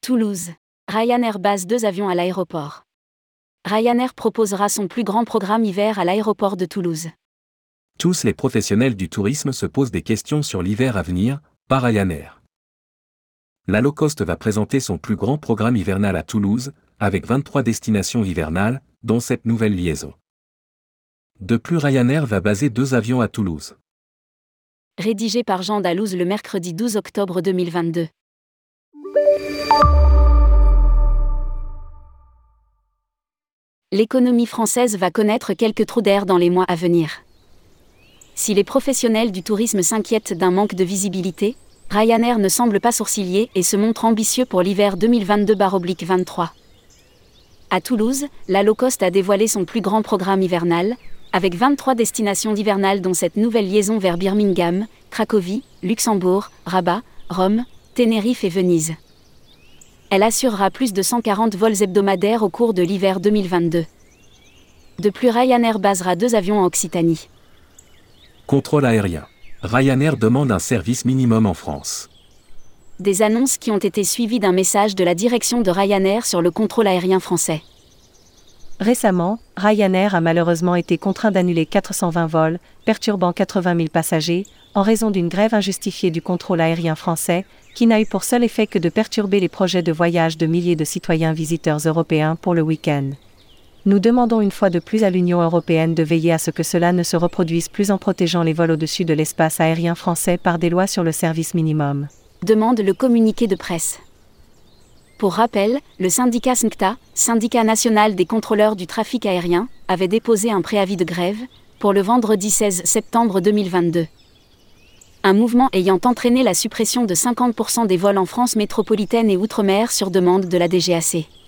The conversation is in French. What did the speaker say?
Toulouse. Ryanair base 2 avions à l'aéroport. Ryanair proposera son plus grand programme hiver à l'aéroport de Toulouse. Tous les professionnels du tourisme se posent des questions sur l'hiver à venir, pas Ryanair. La low-cost va présenter son plus grand programme hivernal à Toulouse, avec 23 destinations hivernales, dont cette nouvelle liaison. De plus, Ryanair va baser 2 avions à Toulouse. Rédigé par Jean Dalouse le mercredi 12 octobre 2022. L'économie française va connaître quelques trous d'air dans les mois à venir. Si les professionnels du tourisme s'inquiètent d'un manque de visibilité, Ryanair ne semble pas sourciller et se montre ambitieux pour l'hiver 2022-23. À Toulouse, la low-cost a dévoilé son plus grand programme hivernal, avec 23 destinations hivernales dont cette nouvelle liaison vers Birmingham, Cracovie, Luxembourg, Rabat, Rome, Tenerife et Venise. Elle assurera plus de 140 vols hebdomadaires au cours de l'hiver 2022. De plus, Ryanair basera 2 avions en Occitanie. Contrôle aérien. Ryanair demande un service minimum en France. Des annonces qui ont été suivies d'un message de la direction de Ryanair sur le contrôle aérien français. Récemment, Ryanair a malheureusement été contraint d'annuler 420 vols, perturbant 80 000 passagers, en raison d'une grève injustifiée du contrôle aérien français, qui n'a eu pour seul effet que de perturber les projets de voyage de milliers de citoyens visiteurs européens pour le week-end. Nous demandons une fois de plus à l'Union européenne de veiller à ce que cela ne se reproduise plus en protégeant les vols au-dessus de l'espace aérien français par des lois sur le service minimum. Demande le communiqué de presse. Pour rappel, le syndicat SNCTA, Syndicat national des contrôleurs du trafic aérien, avait déposé un préavis de grève, pour le vendredi 16 septembre 2022. Un mouvement ayant entraîné la suppression de 50% des vols en France métropolitaine et outre-mer sur demande de la DGAC.